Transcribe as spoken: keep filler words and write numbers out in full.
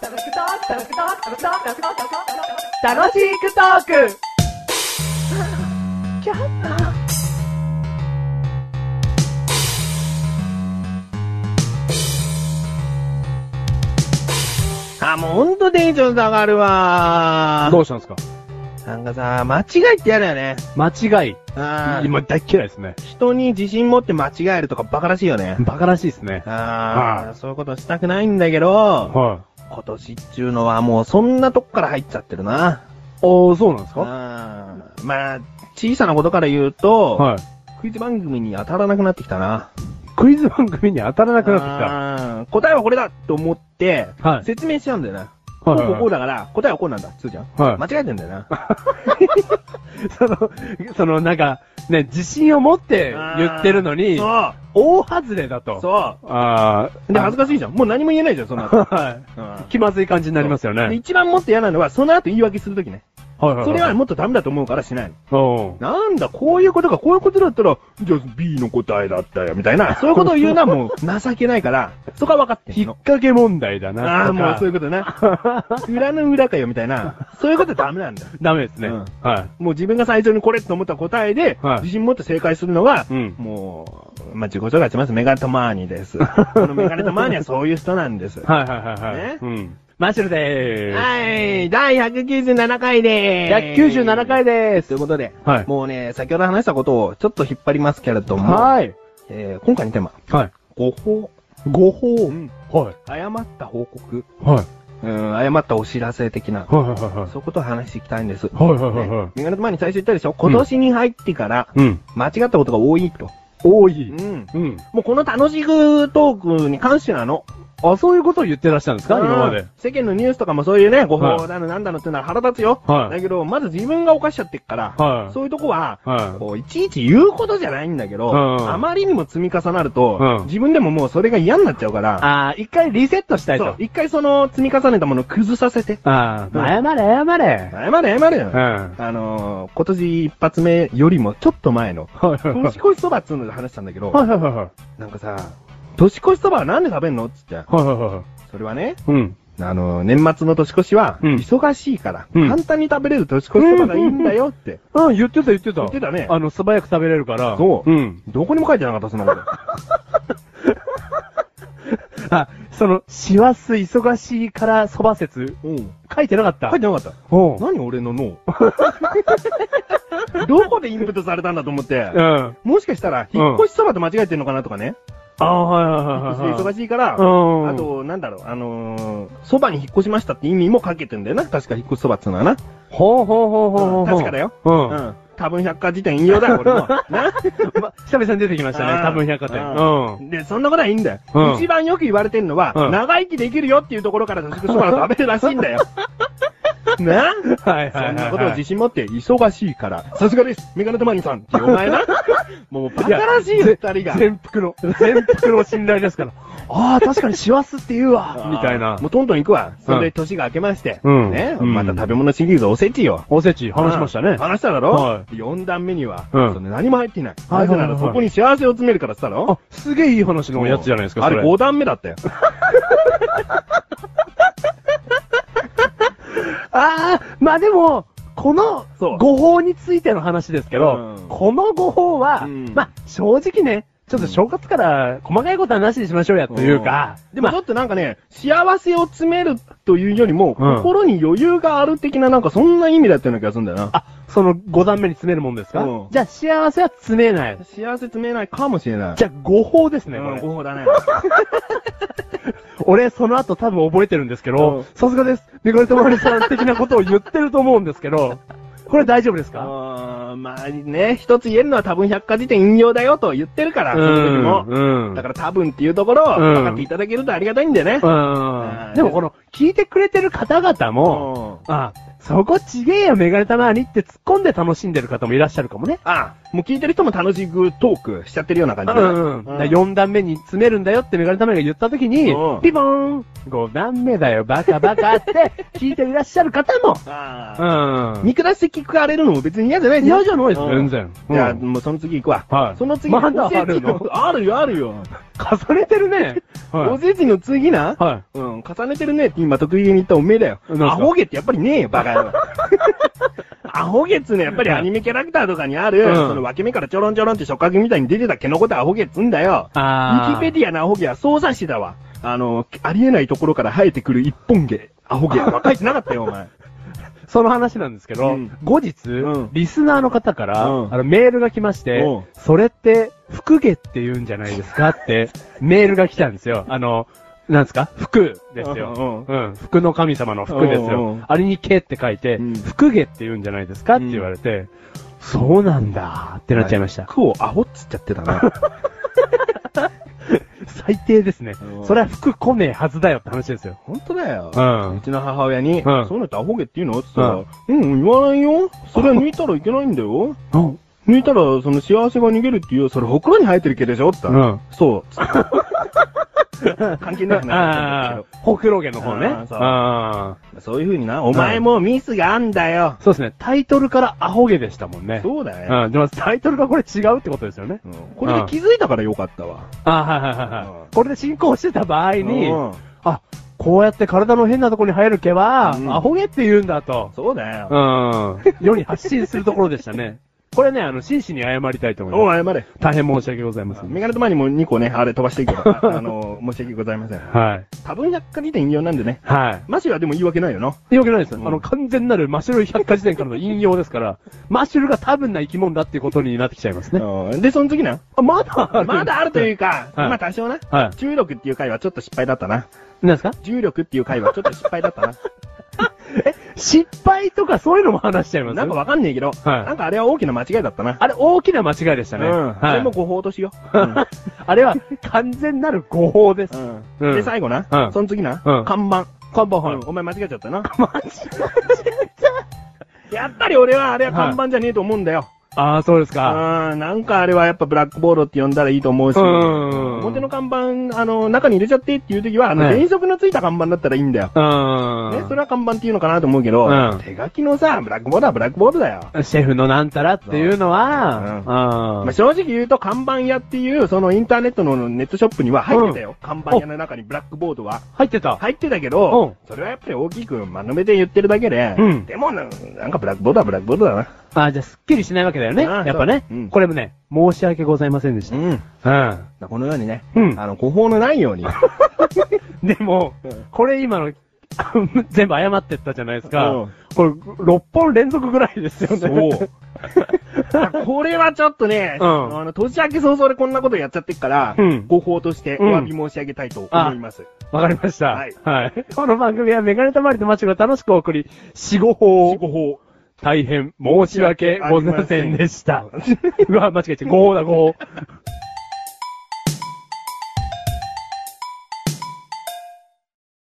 楽しくトークあ、もうほんとテンション下がるわー。 どうしたんですか？ なんかさ、間違いって嫌だよね。 間違い。 あ今大嫌いですね。 人に自信持って間違えるとかバカらしいよね。 バカらしいですね。 ああ、そういうことしたくないんだけど、 はい。 今年っちゅうのはもうそんなとこから入っちゃってるな。 ああ、そうなんですか？ あーまあ、小さなことから言うと、 はい。 クイズ番組に当たらなくなってきたな。 クイズ番組に当たらなくなってきた。 あー答えはこれだと思って、 はい説明しちゃうんだよな。 はいはいはいこうこうこうだから、答えはこうなんだ、つーちゃん。 はい間違えてんだよな。 その、そのなんか、ね、自信を持って言ってるのに、 そ大外れだと。 う。そああ。 う。で、恥ずかしいじゃん。もう何も言えないじゃん、その後。 はい。 うん気まずい感じになりますよでね。 一番もっと嫌なのは、その後言い訳するときね。 はいはい。 それはもっとダメだと思うからしないの。 おうなんだ、こういうことか、こういうことだったら、じゃあ B の答えだったよ、みたいな。そういうことを言うのはもう情けないから、そこは分かってんの。 引っ掛け問題だな。 ああ、もうそういうことな。裏の裏かよ、みたいな。そういうことはダメなんだよ。 ダメですね。 うんはい。 もう自分が最初にこれって思った答えで、 はい自信持って正解するのが、 うんもう、まあ、自己紹介します。メガネとマーニです。このメガネとマーニはそういう人なんです。 はいはいはいはい。 ねうん。マッシュルでーす。 はい、だいひゃくきゅうじゅうななかいでーす。 ひゃくきゅうじゅうななかいでーす。 ということで、 はいもうね、先ほど話したことをちょっと引っ張りますけれども、 はい。 えー今回のテーマ、 はい。 誤報。 ご報。 うんはい。 誤った報告。 はい。 うん、誤ったお知らせ的な。 はいはいはいはい。 そういうことを話していきたいんです。 はいはいはいはいねメガネとマーニ最初言ったでしょ今年に入ってから、 うん。 間違ったことが多いと。 多い。 うん。 うん。 もうこの楽しくトークに関してなの。 あ、そういうことを言ってらっしゃるんですか今までうん。世間のニュースとかもそういうね、誤報だのなんだのっていうのは腹立つよ。 はいだけど、まず自分が犯しちゃってっから、 はいそういうとこは、 はいこういちいち言うことじゃないんだけど、 うんあまりにも積み重なると、 うん自分でももうそれが嫌になっちゃうから、 ああ、一回リセットしたいと。 そう一回その積み重ねたものを崩させて。 ああ、 うん謝れ謝れ。 謝れ謝れよ。 うん。 あのー、今年一発目よりもちょっと前の、 はいはいはい年越しそばっつうので話したんだけど、 はいはいはいはい。 なんかさ、年越しそばはなんで食べんのっつって。 はいはいはい。 それはね、 うん。 あのー、年末の年越しは、 うん忙しいから、 うん簡単に食べれる年越しそばがいいんだよって。 うん、言ってた言ってた。 言ってたねあの、素早く食べれるから。 そううん。 どこにも書いてなかった、そんなこと。 あ、その、師走忙しいからそば説、 うん。 書いてなかった。 書いてなかった。 おう。 何俺の脳どこでインプットされたんだと思って。 うん。 もしかしたら、引っ越しそばと間違えてんのかなとかね。 ああ、はいはいはいはい。 忙しいから、 うん。 あ、と、なんだろう、あのー、そばに引っ越しましたって意味もかけてんだよな。確か引っ越しそばっつうのはな。 ほうほうほうほうほう。 確かだよ。 う。 うんん。多分百科事典引用だよ、俺も。なま、久々に出てきましたね、多分百貨店。うん。 で、そんなことはいいんだよ。 うん一番よく言われてんのは、 うん長生きできるよっていうところから年越しそばを食べるらしいんだよ。なはいはいそはい。 んなことを自信持って、忙しいから。さすがですメガネとマニさんってお前な。もうバカらしいよ、二人が。 全幅の、全幅の信頼ですから。ああ、確かに師走って言うわ、みたいなも。うトントン行くわ。それで年が明けまして。 うんね、 うんまた食べ物シリーズおせちよ。 おせち、話しましたね。 話しただろはよん段目には、 うんその何も入っていない。 はいはいはいなぜならそこに幸せを詰めるからって言ったろあ、すげえいい話のやつじゃないですか、 あれそれ。 ご段目だったよ。 ああ、まあでも、このそう誤報についての話ですけど、 うんこの誤報は、 うんまあ正直ね、ちょっと正月から細かいことはなしにしましょうやというか、まあでもちょっとなんかね、幸せを詰めるというよりも、 うん心に余裕がある的ななんかそんな意味だったような気がするんだよな。 あ、そのご段目に詰めるもんですか、 うんじゃあ幸せは詰めない。 幸せ詰めないかもしれない。 じゃあ誤報ですね、 うん、 これ。 ごほうだね。 俺、その後多分覚えてるんですけうんど、さすがです。メガネとマリさん的なことを言ってると思うんですけど、これ大丈夫ですか？ あーまあね、一つ言えるのは多分百科事典引用だよと言ってるから、その時も。 うん。 だから多分っていうところをうん分かっていただけるとありがたいんだよね。 うん。でもこの、聞いてくれてる方々も、 うんあ、そこちげえよ、メガネたまにって突っ込んで楽しんでる方もいらっしゃるかもね。 あ、もう聞いてる人も楽しくトークしちゃってるような感じだねうんうん。だからよん段目に詰めるんだよってメガネたまにが言った時にうん、 ピボーン !ご 段目だよ、バカバカって聞いていらっしゃる方も、 ああ。 うん。 見下して聞かれるのも別に嫌じゃない嫌じゃないです、 うん全然。 じゃあ、 うんもうその次行くわ。 はいその次、 まだあるのあるよ、あるよ。 重ねてるね。 おせちの次な。 はうん、重ねてるねって今得意げに言ったおめえだよ。 なんすかアホ毛ってやっぱりねえよ、バカ野郎。アホ毛っつうのはやっぱりアニメキャラクターとかにある、 うんその分け目からちょろんちょろんって触覚みたいに出てた毛のことアホ毛っつんだよ。 あーウィキペディアのアホ毛は操作詞だわ。あの、ありえないところから生えてくる一本毛。アホ毛。若いてなかったよ、お前。 その話なんですけど、 うん後日、 うんリスナーの方から、 うんあのメールが来まして、 うんそれって、福毛って言うんじゃないですかって、メールが来たんですよ。あの、なんですか服ですよ。 ううん。服の神様の服ですうんうよん。 あれに毛って書いて、 うん福毛って言うんじゃないですかって言われて、そうなんだってなっちゃいました。 服をアホっつっちゃってたな。 最低ですねう。んそれは服来ねえはずだよって話ですよ。 本当だよ。 うんうちの母親に、 んそういうのってアホ毛って言うのって言ったら、うん、言わないよ。それは抜いたらいけないんだよ。 うん。 抜いたら、その幸せが逃げるっていう、それほくろに生えてる毛でしょって言ったら、 うんそう。つって関係ない話だったんああ、ほくろ毛の方ね。 あーそうあけど。そういう風にな、お前もミスがあんだよ。 ーそうですね。タイトルからアホ毛でしたもんね。 そうだよ。 うん。でもタイトルがこれ違うってことですよね。 うんこれで気づいたからよかったわ。 あーはいはいはいはい。 うんこれで進行してた場合に、 うんあ、こうやって体の変なところに生える毛は、 うんアホ毛って言うんだと。 そうだよ。 うん。世に発信するところでしたね。これね、あの、真摯に謝りたいと思います。 おう、謝れ。 大変申し訳ございません。 メガネと前にもにこね、あれ飛ばしていいけど、ああの、申し訳ございません。 はい。 多分百科事典引用なんでね。 はい。 マシはでも言い訳ないよな。 言い訳ないです。 うんあの、完全なるマシュル百科事典からの引用ですから、マシュルが多分な生き物だっていうことになってきちゃいますね。 うんで、その次な。 あ、まだあるまだあるというか、 はいまあ多少な。 はい。 重力っていう回はちょっと失敗だったな。 何ですか重力っていう回はちょっと失敗だったな。 失敗とかそういうのも話しちゃいますなんかわかんねえけど、 はいなんかあれは大きな間違いだったな。 あれ大きな間違いでしたね。 うん。そはいれも。誤報としよう。うんあれは完全なる誤報です。 うんうんで、最後な。 うんその次な。 うん看板。 看板はいうんお前間違えちゃったな。 マジやっぱり俺はあれは看板じゃねえと思うんだよ。 ああ、そうですか。 うん、なんかあれはやっぱブラックボードって呼んだらいいと思うし、 うん表の看板、あの、中に入れちゃってっていう時は、あの、 はい電飾のついた看板だったらいいんだよ。 うん。 ね、それは看板っていうのかなと思うけど、 うん手書きのさ、ブラックボードはブラックボードだよ。 シェフのなんたらっていうのは、 まあ、 うん。 正直言うと、看板屋っていう、そのインターネットのネットショップには入ってたよ。看板屋の中にブラックボードは。 入ってた。 入ってたけど、それはやっぱり大きく間延めで言ってるだけで、 うんでもな、なんかブラックボードはブラックボードだな。 ああ、じゃあすっきりしないわけだよね。 ああやっぱねそううん。 これもね、申し訳ございませんでした。 ん。 うん。 このようにね、 うんあの、誤報のないように。 でもうん、 これ今の、全部謝ってったじゃないですかうん。 これ、ろっぽん連続ぐらいですよね。 そう。これはちょっとね、 うんあの、年明け早々でこんなことやっちゃってっから、 うん誤報としてお詫び申し上げたいと思います。 わかりました。 はいはい。この番組はメガネたまりとマチが楽しくお送り、四五法誤報。 大変申し訳ございませんでした。うわ、間違えちゃう。誤報だ、誤報。